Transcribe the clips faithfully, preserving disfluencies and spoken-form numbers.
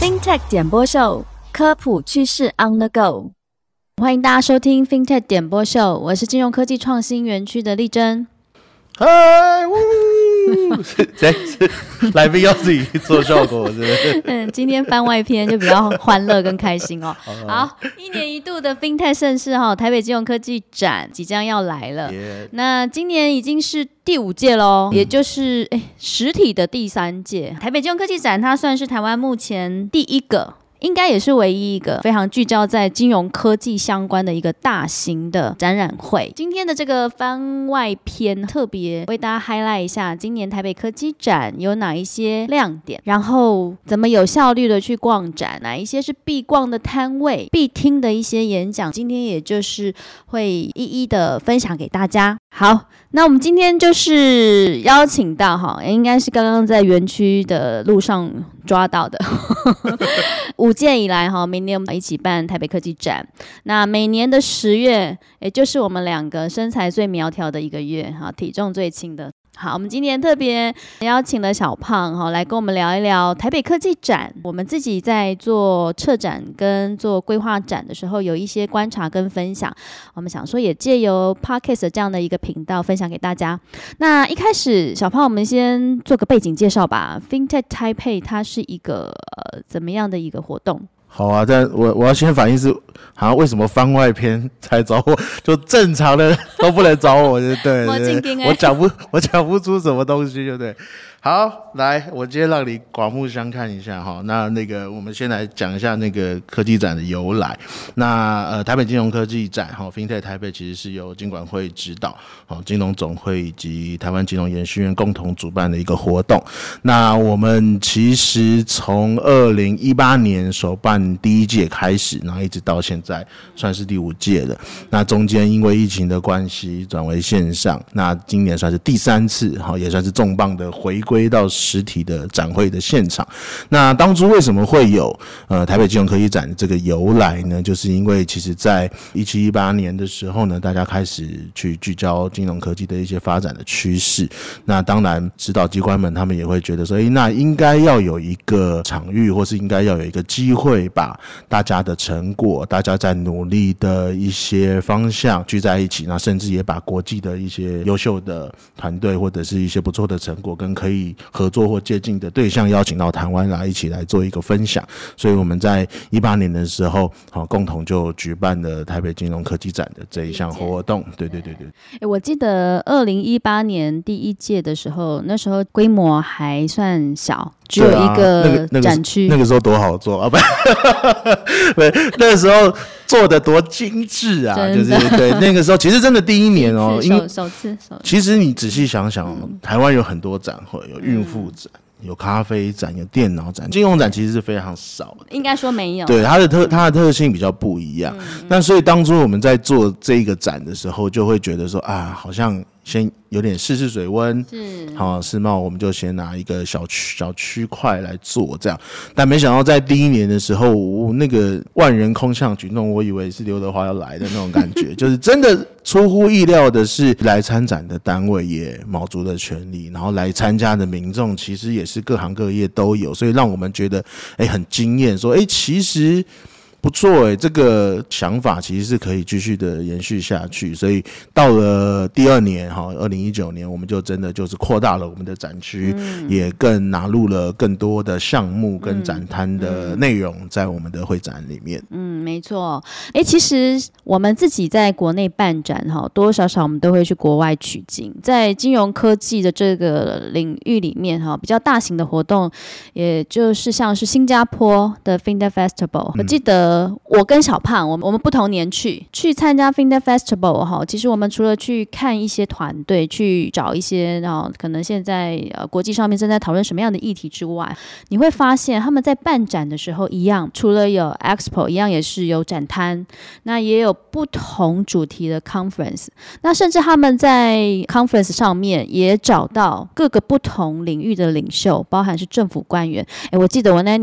FinTech 点播秀，科普趋势 on the go。欢迎大家收听 FinTech 点播秀，我是金融科技创新园区的丽珍。 嗨，呜！这次来宾要自己做效果，是不是？ 嗯，今天番外篇就比较欢乐跟开心哦。好，一年一度的 FinTech 盛事哈，台北金融科技展即将要来了。Yeah. 那今年已经是第五届喽，嗯、也就是哎实体的第三届。台北金融科技展它算是台湾目前第一个。应该也是唯一一个非常聚焦在金融科技相关的一个大型的展览会。今天的这个番外篇特别为大家 highlight 一下今年台北科技展有哪一些亮点，然后怎么有效率的去逛展，哪一些是必逛的摊位，必听的一些演讲，今天也就是会一一的分享给大家。好，那我们今天就是邀请到哈，应该是刚刚在园区的路上抓到的五届以来哈，明年我们一起办台北科技展。那每年的十月，也就是我们两个身材最苗条的一个月哈，体重最轻的。好，我们今天特别邀请了小胖哈来跟我们聊一聊台北科技展。我们自己在做策展跟做规划展的时候，有一些观察跟分享。我们想说也借由 Podcast 这样的一个频道分享给大家。那一开始，小胖，我们先做个背景介绍吧。FinTech Taipei 它是一个、呃、怎么样的一个活动？ 好啊，但我我要先反映是，好像为什么番外篇才找我，就正常的都不能找我，对对对对，我讲不我讲不出什么东西，对不对？好，来，我今天让你刮目相看一下哈。那那个，我们先来讲一下那个科技展的由来。那呃，台北金融科技展哈 ，FinTech 台北其实是由金管会指导，好，金融总会以及台湾金融研训院共同主办的一个活动。那我们其实从二零一八年首办第一届开始，然后一直到现在算是第五届了。那中间因为疫情的关系转为线上，那今年算是第三次，好，也算是重磅的回归。归到实体的展会的现场。那当初为什么会有呃台北金融科技展这个由来呢？就是因为其实在一七一八年的时候呢，大家开始去聚焦金融科技的一些发展的趋势。那当然指导机关们他们也会觉得说，诶，那应该要有一个场域，或是应该要有一个机会，把大家的成果、大家在努力的一些方向聚在一起，那甚至也把国际的一些优秀的团队或者是一些不错的成果跟可以合作或接近的对象邀请到台湾来一起来做一个分享，所以我们在一八年的时候，好，共同就举办了台北金融科技展的这一项活动。对对对对。 欸、我记得二零一八年第一届的时候，那时候规模还算小，只有一个展区、啊那個。那个时候多好做啊！不，那个时候做的多精致啊！就是对那个时候，其实真的第一年哦， 因为首次首次。 其实你仔细想想、嗯，台湾有很多展会，有孕妇展。嗯，有咖啡展，有电脑展，金融展其实是非常少的， 应该说没有。 对，它的特它的特性比较不一样。嗯、那所以当初我们在做这个展的时候，就会觉得说啊，好像先有点试试水温，是好世贸，我们就先拿一个小区小区块来做这样。但没想到在第一年的时候，我那个万人空巷举动，我以为是刘德华要来的那种感觉，就是真的出乎意料的是，来参展的单位也卯足了全力，然后来参加的民众其实也是各行各业都有，所以让我们觉得哎很惊艳，说哎其实。不错诶，这个想法其实是可以继续的延续下去，所以到了第二年哈，二零一九年，我们就真的就是扩大了我们的展区，嗯、也更纳入了更多的项目跟展摊的内容在我们的会展里面。 嗯，没错。哎，其实我们自己在国内办展哈，多多少少我们都会去国外取经，在金融科技的这个领域里面哈，比较大型的活动，也就是像是新加坡的 FinTech Festival，嗯、我记得。我跟小胖，我们我们不同年去去参加 FinTech Festival 哈，其实我们除了去看一些团队，去找一些然后可能现在呃国际上面正在讨论什么样的议题之外，你会发现他们在办展的时候一样，除了有 Expo 一样也是有展摊，那也有不同主题的 Conference， 那甚至他们在 Conference 上面也找到各个不同领域的领袖，包含是政府官员。哎，我记得我那一年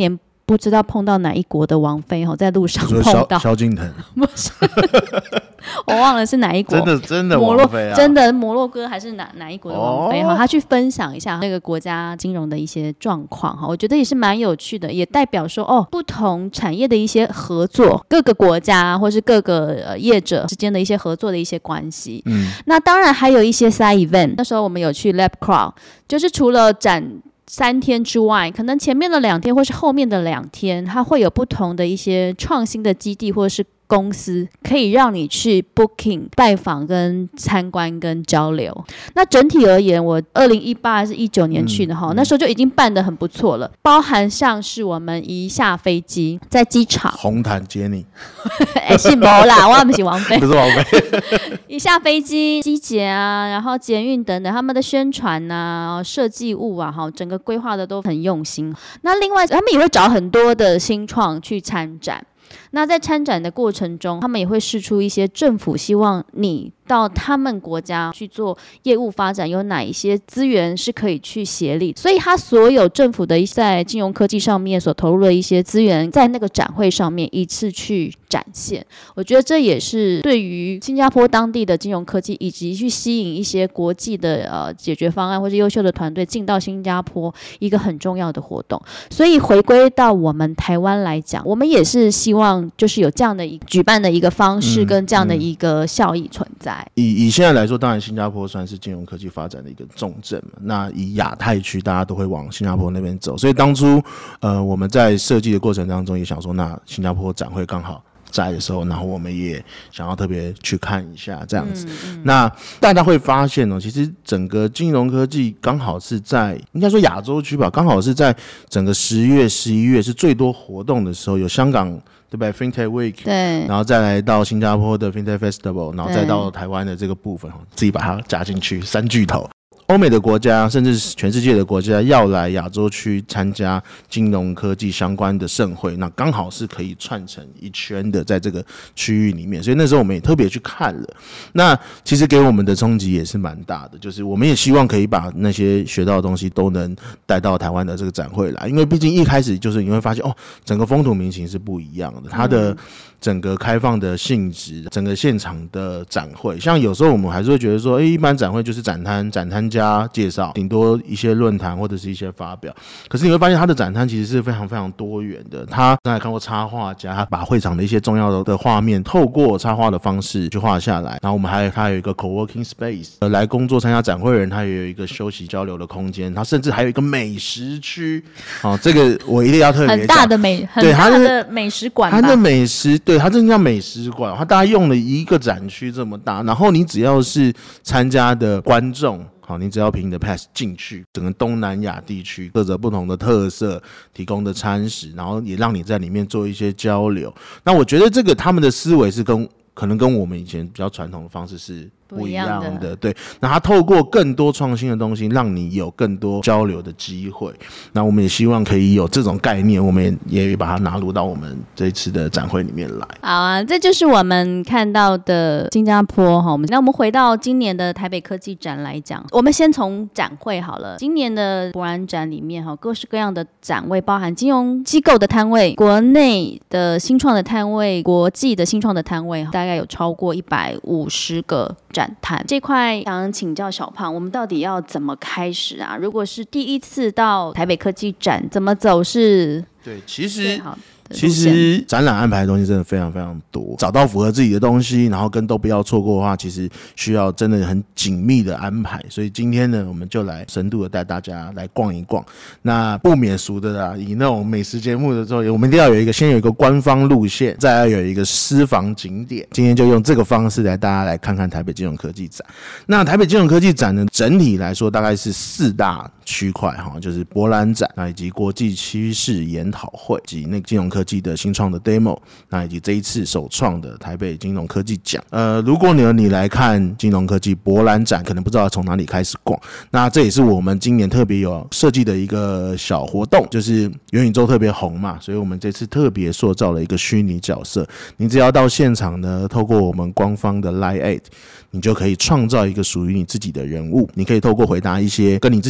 不知道碰到哪一国的王妃在路上碰到萧敬腾不是我忘了是哪一国， 真的真的王妃啊， 真的摩洛哥还是 哪, 哪一国的王妃、哦、他去分享一下那个国家金融的一些状况，我觉得也是蛮有趣的，也代表说哦，不同产业的一些合作，各个国家或是各个、呃、业者之间的一些合作的一些关系、嗯、那当然还有一些 side event， 那时候我们有去 LabCrowd， 就是除了展三天之外，可能前面的两天或是后面的两天，它会有不同的一些创新的基地或者是公司可以让你去 booking 拜访跟参观跟交流。那整体而言，我二零一八还是一九年去的、嗯、那时候就已经办得很不错了，包含像是我们一下飞机在机场红毯接你哎、欸，是没啦，我不是王妃不是王妃一下飞机机捷啊，然后捷运等等他们的宣传啊设计物啊，整个规划的都很用心。那另外他们也会找很多的新创去参展，那在参展的过程中，他们也会释出一些政府希望你到他们国家去做业务发展有哪一些资源是可以去协力，所以他所有政府的在金融科技上面所投入的一些资源，在那个展会上面一次去展现。我觉得这也是对于新加坡当地的金融科技以及去吸引一些国际的呃解决方案或是优秀的团队进到新加坡一个很重要的活动。所以回归到我们台湾来讲，我们也是希望就是有这样的一举办的一个方式跟这样的一个效益存在。嗯嗯以以现在来说，当然新加坡算是金融科技发展的一个重镇嘛。那以亚太区，大家都会往新加坡那边走，所以当初呃我们在设计的过程当中也想说，那新加坡展会刚好在的时候，然后我们也想要特别去看一下这样子。嗯嗯、那大家会发现哦，其实整个金融科技刚好是在应该说亚洲区吧，刚好是在整个十月、十一月是最多活动的时候，有香港。对不对 ？Fintech Week， 对， 然后再来到新加坡的 Fintech Festival， 然后再到台湾的这个部分，自己把它加进去，三巨头。欧美的国家甚至全世界的国家要来亚洲区参加金融科技相关的盛会，那刚好是可以串成一圈的在这个区域里面，所以那时候我们也特别去看了。那其实给我们的冲击也是蛮大的，就是我们也希望可以把那些学到的东西都能带到台湾的这个展会来，因为毕竟一开始就是你会发现哦，整个风土民情是不一样的，它的整个开放的性质，整个现场的展会，像有时候我们还是会觉得说，哎，一般展会就是展摊、展摊家介绍，顶多一些论坛或者是一些发表。可是你会发现，它的展摊其实是非常非常多元的。他刚才看过插画家，他把会场的一些重要的画面，透过插画的方式去画下来。然后我们还有他有一个 co-working space， 来工作参加展会的人，他也有一个休息交流的空间。他甚至还有一个美食区，哦，这个我一定要特别讲， 很大的美，很大的美食馆吧， 他的美食。对，它真的叫美食馆，它大概用了一个展区这么大，然后你只要是参加的观众，好，你只要凭你的 pass 进去，整个东南亚地区各着不同的特色提供的餐食，然后也让你在里面做一些交流。那我觉得这个他们的思维是跟可能跟我们以前比较传统的方式是不一样 的, 的对，那他透过更多创新的东西让你有更多交流的机会，那我们也希望可以有这种概念，我们 也, 也把它纳入到我们这一次的展会里面来。 好啊，这就是我们看到的新加坡。那我们回到今年的台北科技展来讲，我们先从展会好了。今年的博览展里面各式各样的展位，包含金融机构的摊位、国内的新创的摊位、国际的新创的摊位，大概有超过一百五十个展摊。这块想请教小胖，我们到底要怎么开始啊？如果是第一次到台北科技展，怎么走是对，其实其实展览安排的东西真的非常非常多，找到符合自己的东西，然后跟都不要错过的话，其实需要真的很紧密的安排。所以今天呢，我们就来深度的带大家来逛一逛。那不免俗的啦，以那种美食节目的时候，我们一定要有一个先有一个官方路线，再要有一个私房景点。今天就用这个方式来大家来看看台北金融科技展。那台北金融科技展呢，整体来说大概是四大区块哈，就是博览展，那以及国际趋势研讨会，以及那个金融科技的新创的 demo， 那以及这一次首创的台北金融科技奖。呃，如果呢你来看金融科技博览展，可能不知道从哪里开始逛，那这也是我们今年特别有设计的一个小活动，就是元宇宙特别红嘛，所以我们这次特别塑造了一个虚拟角色，你只要到现场呢，透过我们官方的 Line 你就可以创造一个属于你自己的人物，你可以透过回答一些跟你自己相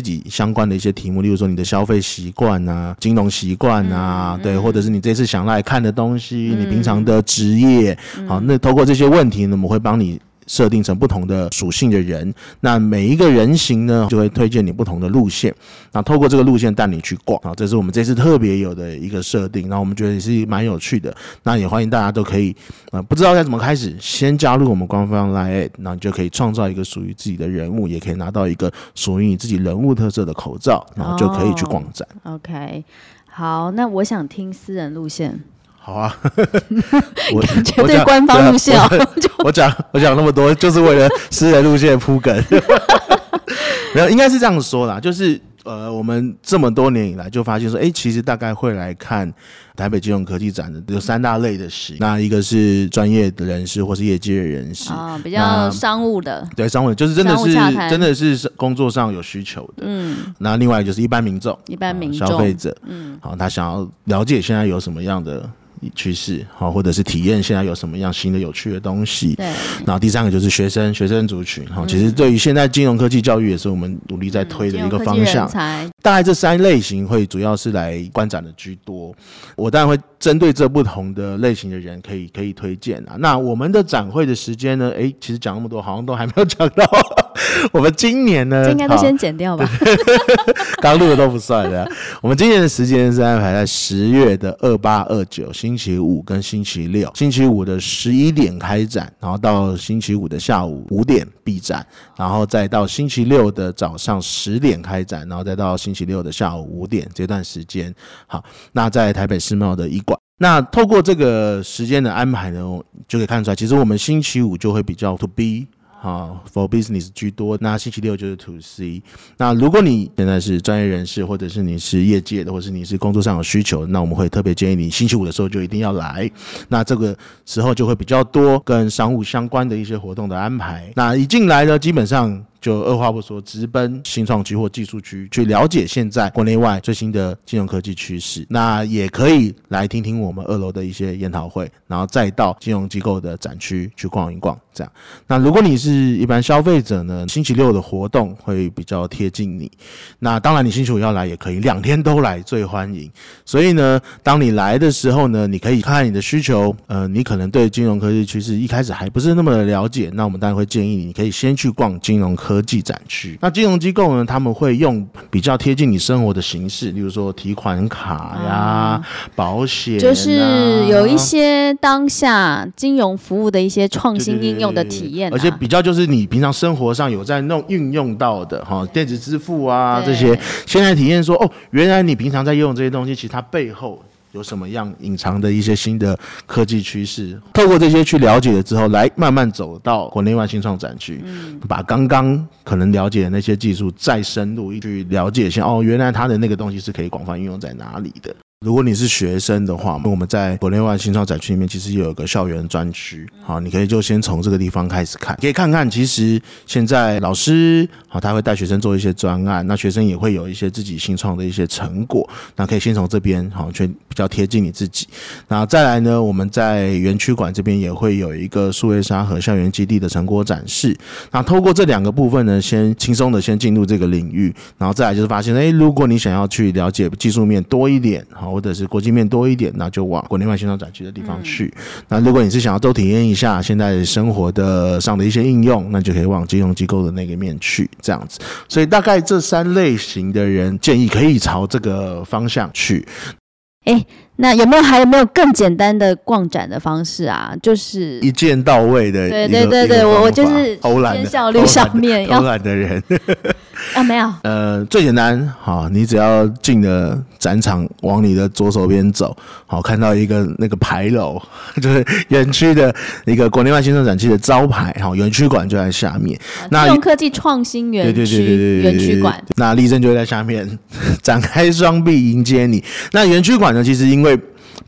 相关的一些题目，例如说你的消费习惯啊、金融习惯啊、嗯、对，或者是你这次想来看的东西、嗯、你平常的职业、嗯、好，那透过这些问题呢，我们会帮你设定成不同的属性的人，那每一个人型呢就会推荐你不同的路线，那透过这个路线带你去逛，这是我们这次特别有的一个设定，那我们觉得也是蛮有趣的，那也欢迎大家都可以、呃、不知道该怎么开始，先加入我们官方 LINE， 那你就可以创造一个属于自己的人物，也可以拿到一个属于你自己人物特色的口罩，然后就可以去逛展、 oh, OK， 好，那我想听私人路线。 好啊， 我绝对官方路线哦。 我讲我讲那么多，就是为了私人路线铺梗。没有，应该是这样说啦，就是呃，我们这么多年以来就发现说，哎，其实大概会来看台北金融科技展的有三大类的事，那一个是专业的人士或是业界的人士， 哦，比较商务的， 对，商务的就是真的是真的是工作上有需求的，嗯，那另外就是一般民众， 一般民众、 消费者，嗯，好，他想要了解现在有什么样的趋势，或者是体验现在有什么样新的有趣的东西。对，然后第三个就是学生学生族群、嗯、其实对于现在金融科技教育也是我们努力在推的一个方向、嗯、大概这三类型会主要是来观展的居多，我当然会针对这不同的类型的人可以可以推荐啊。那我们的展会的时间呢，诶其实讲那么多好像都还没有讲到我们今年呢， 这应该都先剪掉吧， 刚录的都不算的。我们今年的时间是安排在十月的二八二九星期五跟星期六，星期五的十一点开展，然后到星期五的下午五点闭展，然后再到星期六的早上十点开展，然后再到星期六的下午五点这段时间。好，那在台北世贸的一馆。那透过这个时间的安排呢，就可以看出来，其实我们星期五就会比较 to B。好 for business 居多，那星期六就是 to C。 那如果你现在是专业人士，或者是你是业界的，或者是你是工作上有需求，那我们会特别建议你星期五的时候就一定要来，那这个时候就会比较多跟商务相关的一些活动的安排。那一进来呢，基本上就二话不说，直奔新创区或技术区去了解现在国内外最新的金融科技趋势。那也可以来听听我们二楼的一些研讨会，然后再到金融机构的展区去逛一逛这样。那如果你是一般消费者呢，星期六的活动会比较贴近你，那当然你星期五要来也可以，两天都来最欢迎。所以呢，当你来的时候呢，你可以看看你的需求，呃，你可能对金融科技趋势一开始还不是那么的了解，那我们当然会建议你可以先去逛金融科技科技展区。那金融机构呢，他们会用比较贴近你生活的形式，例如说提款卡呀、啊、保险、啊， 就是有一些当下金融服务的一些创新应用的体验、啊， 而且比较就是你平常生活上有在弄运用到的哈，电子支付啊这些，现在体验说哦，原来你平常在用这些东西，其实它背后有什么样隐藏的一些新的科技趋势，透过这些去了解了之后，来慢慢走到国内外新创展区、嗯、把刚刚可能了解的那些技术再深入去了解一下，哦，原来它的那个东西是可以广泛运用在哪里的。如果你是学生的话，我们在国内外新创展区里面其实有一个校园专区，好，你可以就先从这个地方开始看，可以看看其实现在老师好，他会带学生做一些专案，那学生也会有一些自己新创的一些成果，那可以先从这边好，去比较贴近你自己。那再来呢，我们在园区馆这边也会有一个数位沙盒校园基地的成果展示，那透过这两个部分呢，先轻松的先进入这个领域，然后再来就是发现，哎，如果你想要去了解技术面多一点，好，或者是国际面多一点，那就往国内外新创展区的地方去、嗯、那如果你是想要都体验一下现在生活的上的一些应用，那就可以往金融机构的那个面去这样子。所以大概这三类型的人建议可以朝这个方向去。 欸，那有没有还有没有更简单的逛展的方式啊？就是一键到位的一个， 对对对对，我我就是偏效率上面偷懒的人啊，没有， 呃，最简单，好，你只要进了展场，往你的左手边走，好，看到一个那个牌楼，就是园区的一个国内外新创展区的招牌，好，园区馆就在下面。 啊、那金融科技创新园区园区馆， 那立正就会在下面展开双臂迎接你。那园区馆呢，其实因为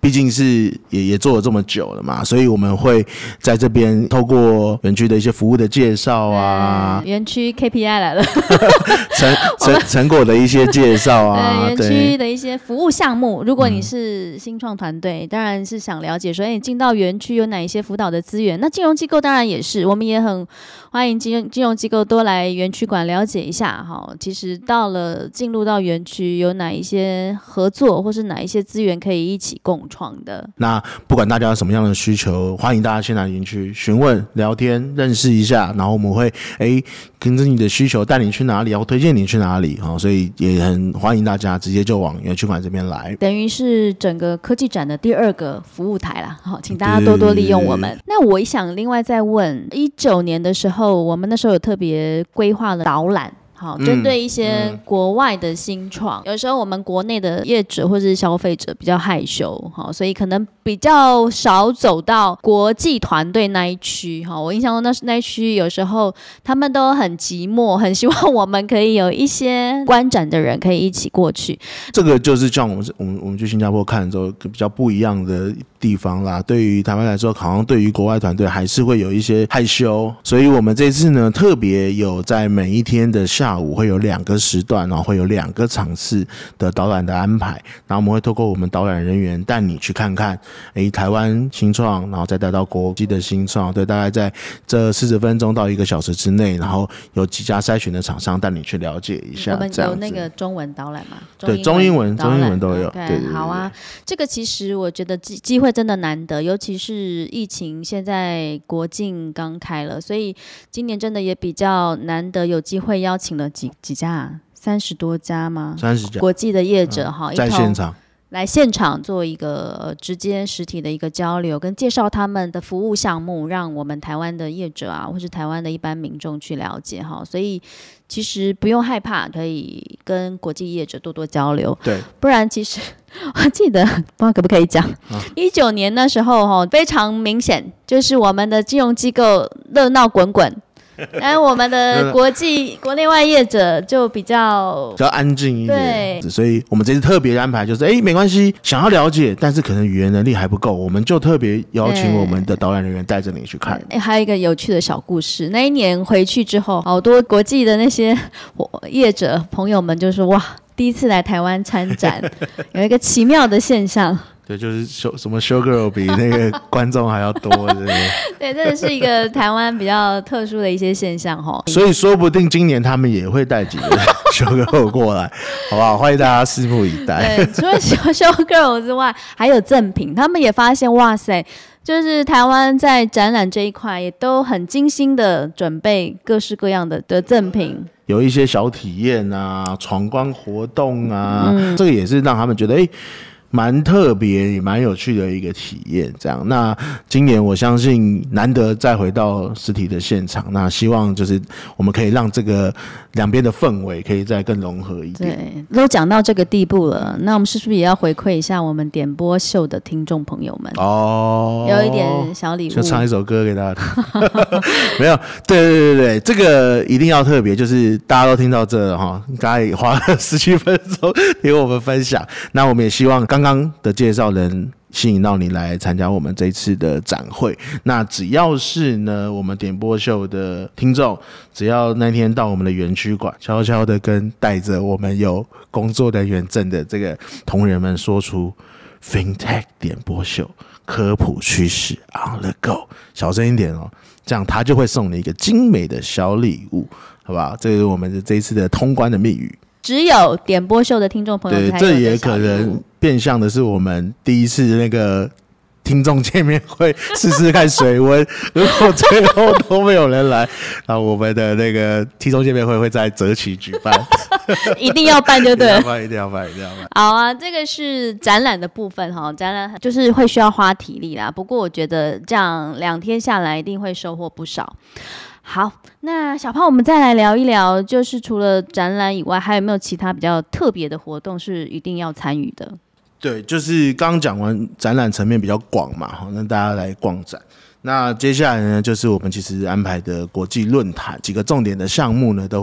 毕竟是也也做了这么久了嘛，所以我们会在这边透过园区的一些服务的介绍啊， 园区 K P I 来了， 成成成果的一些介绍啊， 园区的一些服务项目。如果你是新创团队，嗯、当然是想了解说，哎，进到园区有哪一些辅导的资源？那金融机构当然也是，我们也很欢迎金金融机构多来园区馆了解一下哈。其实到了进入到园区，有哪一些合作，或是哪一些资源可以一起共创的？ 那不管大家有什么样的需求，欢迎大家先来园区询问、聊天、认识一下，然后我们会哎跟着你的需求带你去哪里，然后推荐你去哪里哈。所以也很欢迎大家直接就往园区馆这边来， 等于是整个科技展的第二个服务台啦。好，请大家多多利用我们。那我想另外再问，一九年的时候，我们那时候有特别规划了导览。好，针对一些国外的新创、嗯嗯，有时候我们国内的业者或者是消费者比较害羞，好，所以可能比较少走到国际团队那一区。好，我印象中那那一区有时候他们都很寂寞，很希望我们可以有一些观展的人可以一起过去。 这个就是像我们我们我们去新加坡看的时候比较不一样的地方啦。对于台湾来说，好像对于国外团队还是会有一些害羞，所以我们这次呢特别有在每一天的下午会有两个时段，然后会有两个场次的导览的安排，然后我们会透过我们导览人员带你去看看，诶，台湾新创，然后再带到国际的新创，对，大概在这四十分钟到一个小时之内，然后有几家筛选的厂商带你去了解一下。 我们有那个中文导览吗？ 对，中英文、中英文都有。 Okay, 对对对， 好啊，这个其实我觉得机机会真的难得，尤其是疫情现在国境刚开了，所以今年真的也比较难得有机会邀请了几几家啊，三十多家吗？ 三十家国际的业者哈、嗯， 在现场来现场做一个、呃、直接实体的一个交流，跟介绍他们的服务项目，让我们台湾的业者啊，或是台湾的一般民众去了解哈。所以其实不用害怕，可以跟国际业者多多交流。 对， 不然其实我记得不知道可不可以讲，一、啊、九年那时候哈，非常明显，就是我们的金融机构热闹滚滚。但我们的国际国内外业者就比较比较安静一点， 对， 所以我们这次特别安排就是，哎，没关系，想要了解，但是可能语言能力还不够，我们就特别邀请我们的导览人员带着你去看。 哎，还有一个有趣的小故事，那一年回去之后，好多国际的那些业者朋友们就说，哇，第一次来台湾参展，有一个奇妙的现象。 对，就是什么 show girl 比那个观众还要多，对不对？ 对，这是一个台湾比较特殊的一些现象哈。 所以说不定今年他们也会带几个 show girl 过来，好不好？欢迎大家拭目以待。 对，除了 show girl 之外，还有赠品，他们也发现，哇塞，就是台湾在展览这一块也都很精心的准备各式各样的的赠品。 有一些小体验啊，闯关活动啊、嗯，这个也是让他们觉得，哎，蛮特别也蛮有趣的一个体验，这样。那今年我相信难得再回到实体的现场，那希望就是我们可以让这个两边的氛围可以再更融合一点。 对，都讲到这个地步了，那我们是不是也要回馈一下我们点播秀的听众朋友们？哦，有一点小礼物， 就唱一首歌给大家听。没有，对对对对，这个一定要特别，就是大家都听到这了哈，刚才也花了十七分钟听我们分享，那我们也希望刚刚的介绍人吸引到你来参加我们这一次的展会。那只要是呢我们点播秀的听众，只要那天到我们的园区馆，悄悄的跟带着我们有工作人员证的这个同仁们说出 FinTech 点播秀科普趋势 on the go， 小声一点哦，这样他就会送你一个精美的小礼物，好不好？这是我们的这一次的通关的密语。 只有点播秀的听众朋友才有的小礼物。对，这也可能变相的是我们第一次那个听众见面会试试看水温，如果最后都没有人来，那我们的那个听众见面会会在择期举办。 一定要办就对了， 一定要办，一定要办。 好啊，这个是展览的部分哈，展览就是会需要花体力啦，不过我觉得这样两天下来一定会收获不少。好，那小胖，我们再来聊一聊，就是除了展览以外，还有没有其他比较特别的活动是一定要参与的？ 对，就是刚刚讲完展览层面比较广嘛，那大家来逛展。那接下来呢，就是我们其实安排的国际论坛，几个重点的项目呢，都会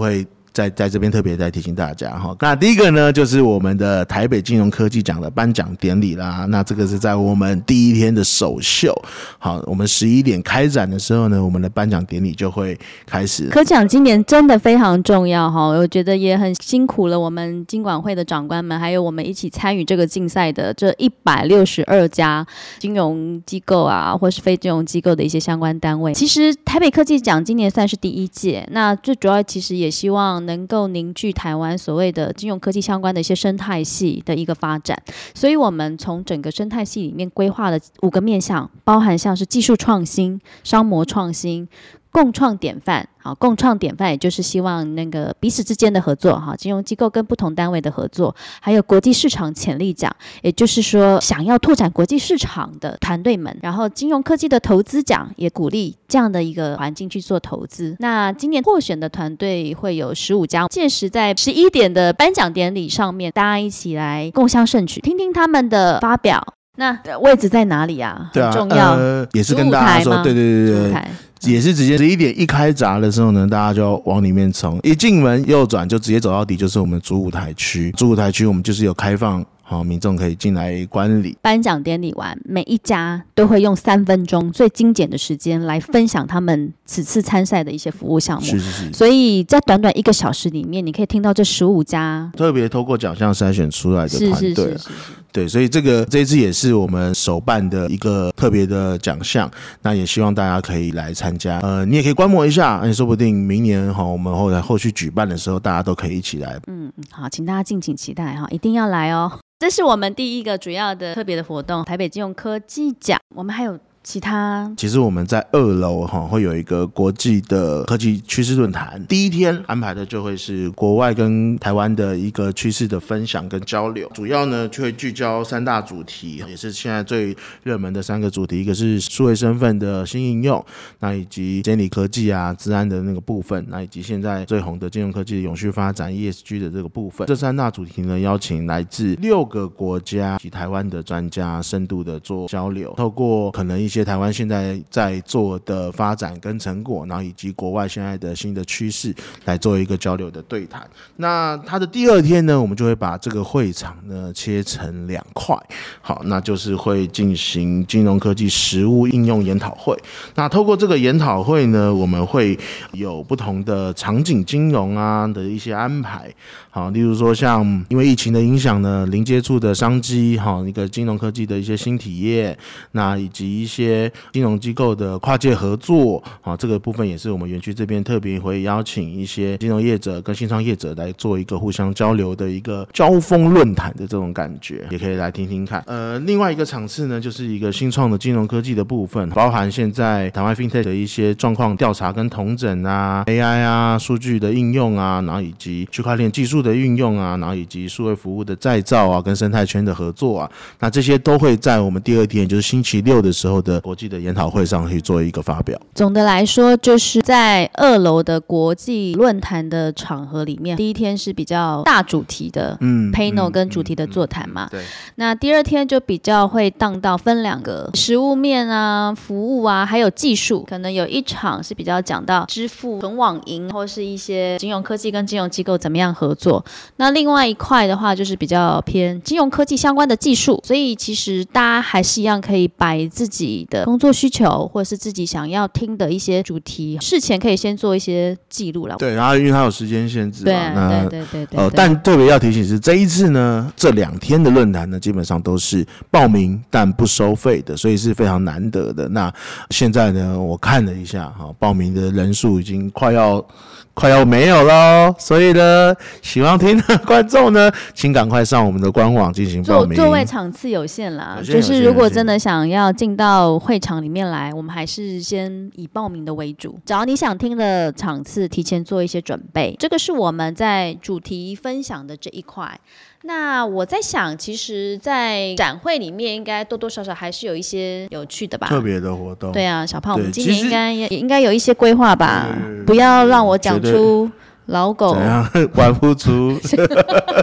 在在这边特别再提醒大家哈。那第一个呢，就是我们的台北金融科技奖的颁奖典礼啦。那这个是在我们第一天的首秀，好，我们十一点开展的时候呢，我们的颁奖典礼就会开始。 科奖今年真的非常重要哈，我觉得也很辛苦了我们金管会的长官们，还有我们一起参与这个竞赛的这一百六十二家金融机构啊，或是非金融机构的一些相关单位。其实台北科技奖今年算是第一届，那最主要其实也希望能够凝聚台湾所谓的金融科技相关的一些生态系的一个发展，所以我们从整个生态系里面规划了五个面向，包含像是技术创新、商模创新、共创典范。好，共创典范也就是希望那个彼此之间的合作，哈，金融机构跟不同单位的合作，还有国际市场潜力奖，也就是说想要拓展国际市场的团队们，然后金融科技的投资奖也鼓励这样的一个环境去做投资。那今年获选的团队会有十五家，届时在十一点的颁奖典礼上面，大家一起来共襄盛举，听听他们的发表。那位置在哪里啊？ 对啊， 很重要， 呃，也是跟大家说，对对对对，也是直接十一点一开闸的时候呢，大家就往里面冲，一进门右转就直接走到底，就是我们主舞台区。主舞台区我们就是有开放。好，民众可以进来观礼。 颁奖典礼完，每一家都会用三分钟最精简的时间来分享他们此次参赛的一些服务项目。 是是是。 所以在短短一个小时里面，你可以听到这十五家特别透过奖项筛选出来的团队。是是是是是。对，所以这个这一次也是我们首办的一个特别的奖项，那也希望大家可以来参加。呃，你也可以观摩一下，那说不定明年哈，我们后来后续举办的时候，大家都可以一起来。 嗯，好，请大家敬请期待哈，一定要来哦。这是我们第一个主要的特别的活动，台北金融科技奖。我们还有其他， 其实我们在二楼哈会有一个国际的科技趋势论坛，第一天安排的就会是国外跟台湾的一个趋势的分享跟交流，主要呢就会聚焦三大主题，也是现在最热门的三个主题，一个是数位身份的新应用，那以及监理科技啊、资安的那个部分，那以及现在最红的金融科技的永续发展 E S G 的这个部分。这三大主题呢，邀请来自六个国家及台湾的专家深度的做交流，透过可能一些台湾现在在做的发展跟成果，然后以及国外现在的新的趋势来做一个交流的对谈。那它的第二天呢，我们就会把这个会场呢切成两块，好，那就是会进行金融科技实务应用研讨会。那透过这个研讨会呢，我们会有不同的场景金融啊的一些安排，好，例如说像因为疫情的影响呢，零接触的商机，好，一个金融科技的一些新体验，那以及一些金融机构的跨界合作，好，这个部分也是我们园区这边特别会邀请一些金融业者跟新创业者来做一个互相交流的一个交锋论坛的这种感觉，也可以来听听看。呃，另外一个场次呢，就是一个新创的金融科技的部分，包含现在台湾 FinTech 的一些状况调查跟统整啊 ，A I 啊，数据的应用啊，然后以及区块链技术的运用啊，然后以及数位服务的再造啊，跟生态圈的合作啊，那这些都会在我们第二天，就是星期六的时候的国际的研讨会上去做一个发表。 总的来说，就是在二楼的国际论坛的场合里面，第一天是比较大主题的，嗯 ，panel 跟主题的座谈嘛。 对。 那第二天就比较会荡到分两个实务面啊、服务啊，还有技术，可能有一场是比较讲到支付、纯网银或是一些金融科技跟金融机构怎么样合作。那另外一块的话，就是比较偏金融科技相关的技术，所以其实大家还是一样可以摆自己的工作需求，或者是自己想要听的一些主题，事前可以先做一些记录了。 对，然后因为它有时间限制嘛， 对那对对对 对, 对、 呃。但特别要提醒是，这一次呢，这两天的论坛呢，基本上都是报名但不收费的，所以是非常难得的。那现在呢，我看了一下哈，报名的人数已经快要。快要没有咯，所以呢，喜欢听的观众呢，请赶快上我们的官网进行报名。 座位场次有限啦，就是如果真的想要进到会场里面来，我们还是先以报名的为主，只要你想听的场次，提前做一些准备。这个是我们在主题分享的这一块。那我在想，其实在展会里面应该多多少少还是有一些有趣的吧， 特别的活动。 对啊，小胖，我们今年应该也应该有一些规划吧，不要让我讲出老狗怎样玩不出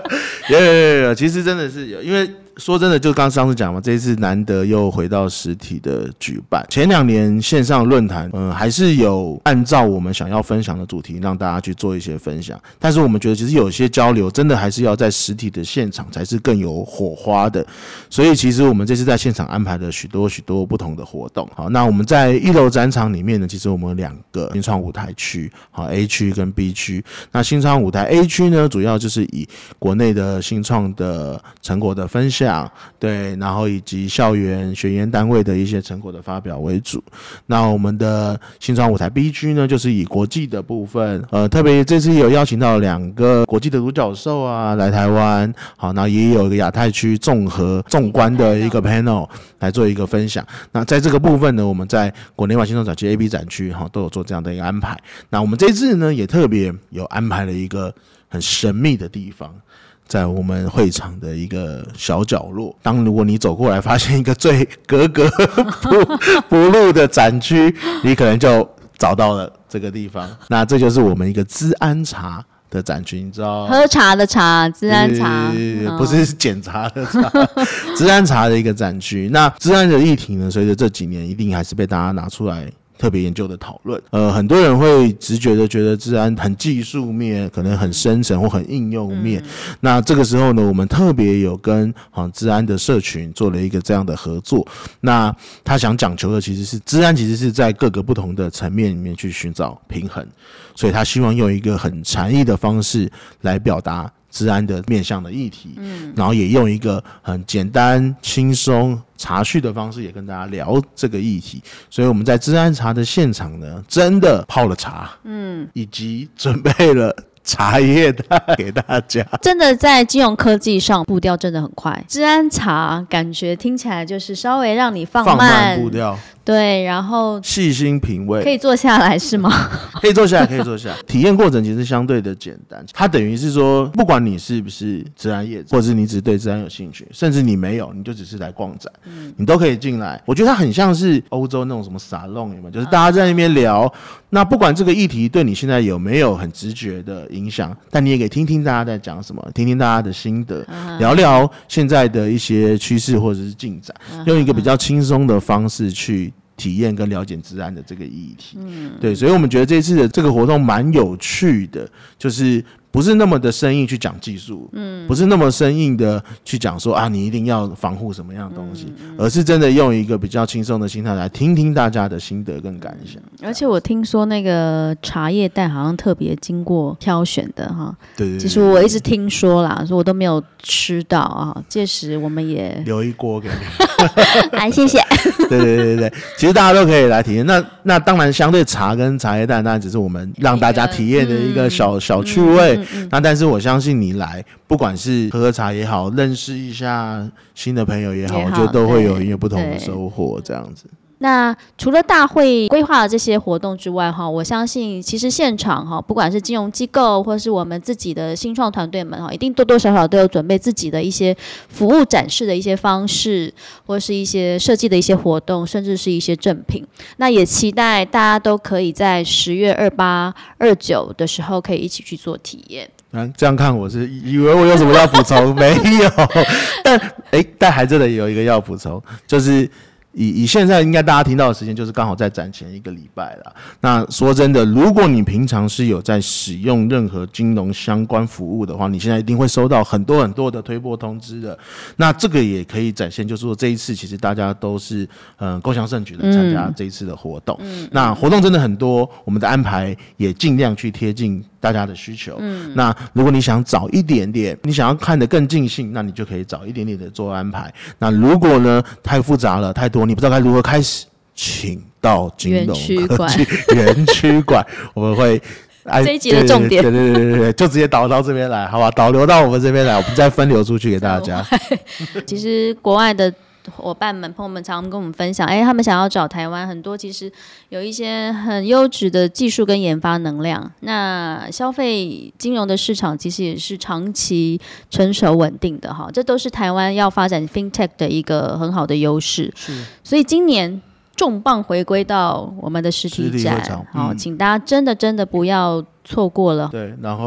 有有有有，其实真的是有，因为说真的，就刚上次讲嘛，这一次难得又回到实体的举办。前两年线上论坛，嗯、呃，还是有按照我们想要分享的主题，让大家去做一些分享。但是我们觉得，其实有些交流真的还是要在实体的现场才是更有火花的。所以，其实我们这次在现场安排了许多许多不同的活动。好，那我们在一楼展场里面呢，其实我们有两个新创舞台区，好 A 区跟 B 区。那新创舞台 A 区呢，主要就是以国内的新创的成果的分享。对，然后以及校园学研单位的一些成果的发表为主。那我们的新创舞台 B 区呢，就是以国际的部分，呃，特别这次有邀请到两个国际的独角兽啊来台湾，好，那也有一个亚太区综合纵观的一个 panel 来做一个分享。那在这个部分呢，我们在国内外新创展区 A B 展区哈都有做这样的一个安排。那我们这次呢，也特别有安排了一个很神秘的地方。在我们会场的一个小角落，当如果你走过来发现一个最格格不不入的展区，你可能就找到了这个地方。那这就是我们一个资安茶的展区，你知道喝茶的茶，资安茶， 嗯、不是检查的茶，资安茶的一个展区。那资安的议题呢，随着这几年一定还是被大家拿出来特别研究的讨论，呃，很多人会直觉的觉得治安很技术面，可能很深层或很应用面。嗯、那这个时候呢，我们特别有跟啊治安的社群做了一个这样的合作。那他想讲求的其实是治安，其实是在各个不同的层面里面去寻找平衡，所以他希望用一个很禅意的方式来表达治安的面向的议题，嗯，然后也用一个很简单、轻松、茶叙的方式，也跟大家聊这个议题。所以我们在治安茶的现场呢，真的泡了茶，嗯，以及准备了茶叶蛋给大家。 真的在金融科技上步调真的很快，治安茶感觉听起来就是稍微让你放慢， 放慢步调。 对，然后细心品味， 可以坐下来是吗？ 可以坐下来，可以坐下来。体验过程其实相对的简单，它等于是说，不管你是不是治安业者，或者是你只是对治安有兴趣，甚至你没有，你就只是来逛展，嗯、你都可以进来。我觉得它很像是欧洲那种什么沙龙，有没有？就是大家在那边聊。啊、那不管这个议题对你现在有没有很直觉的影响，但你也可以听听大家在讲什么，听听大家的心得，啊、聊聊现在的一些趋势或者是进展，啊、用一个比较轻松的方式去体验跟了解治安的这个议题。嗯，对，所以我们觉得这次的这个活动蛮有趣的，就是不是那么的生硬去讲技术，嗯，不是那么生硬的去讲说啊，你一定要防护什么样的东西，嗯嗯、而是真的用一个比较轻松的心态来听听大家的心得跟感想。 而且我听说那个茶叶蛋好像特别经过挑选的哈， 对对对， 其实我一直听说啦，所以我都没有吃到啊。届时我们也留一锅给你， 来谢谢。 对对对对，其实大家都可以来体验。那那当然，相对茶跟茶叶蛋，当然只是我们让大家体验的一个小、嗯、小趣味。嗯嗯嗯、那但是我相信你来，不管是喝喝茶也好，认识一下新的朋友也好，也好我觉得都会有一个不同的收获，这样子。 那除了大会规划的这些活动之外，我相信其实现场不管是金融机构或是我们自己的新创团队们，一定多多少少都有准备自己的一些服务展示的一些方式，或是一些设计的一些活动，甚至是一些赠品。那也期待大家都可以在十月二八、二九的时候可以一起去做体验。 啊、这样看我是以为我有什么要补充，没有。但哎，但还真的有一个要补充，就是以以现在应该大家听到的时间，就是刚好在展前一个礼拜啦。那说真的，如果你平常是有在使用任何金融相关服务的话，你现在一定会收到很多很多的推播通知的。那这个也可以展现，就是说这一次其实大家都是嗯共襄盛举的参加这一次的活动。嗯、那活动真的很多，我们的安排也尽量去贴近大家的需求。嗯、那如果你想早一点点，你想要看得更尽兴，那你就可以早一点点的做安排。那如果呢太复杂了，太多你不知道该如何开始，请到金融科技园区馆，我们会这一集的重点， 对对对对对，就直接导到这边来，好吧？导流到我们这边来，我们再分流出去给大家。 其实国外的伙伴们、朋友们常常跟我们分享，哎，他们想要找台湾很多，其实有一些很优质的技术跟研发能量。那消费金融的市场其实也是长期成熟稳定的哈，这都是台湾要发展 FinTech 的一个很好的优势。是，所以今年重磅回归到我们的实体展，好、嗯，请大家真的真的不要错过了。 对，然后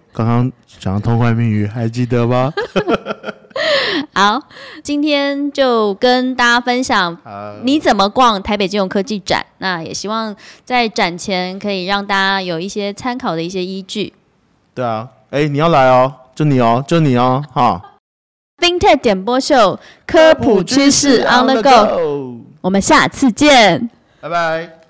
刚刚讲的通关密语还记得吗？ 好，今天就跟大家分享你怎么逛台北金融科技展，那也希望在展前可以让大家有一些参考的一些依据。 对啊，哎，你要来哦，就你哦，就你哦，哈。 FinTech 点播秀，科普趋势 on the go， 我们下次见， 拜拜。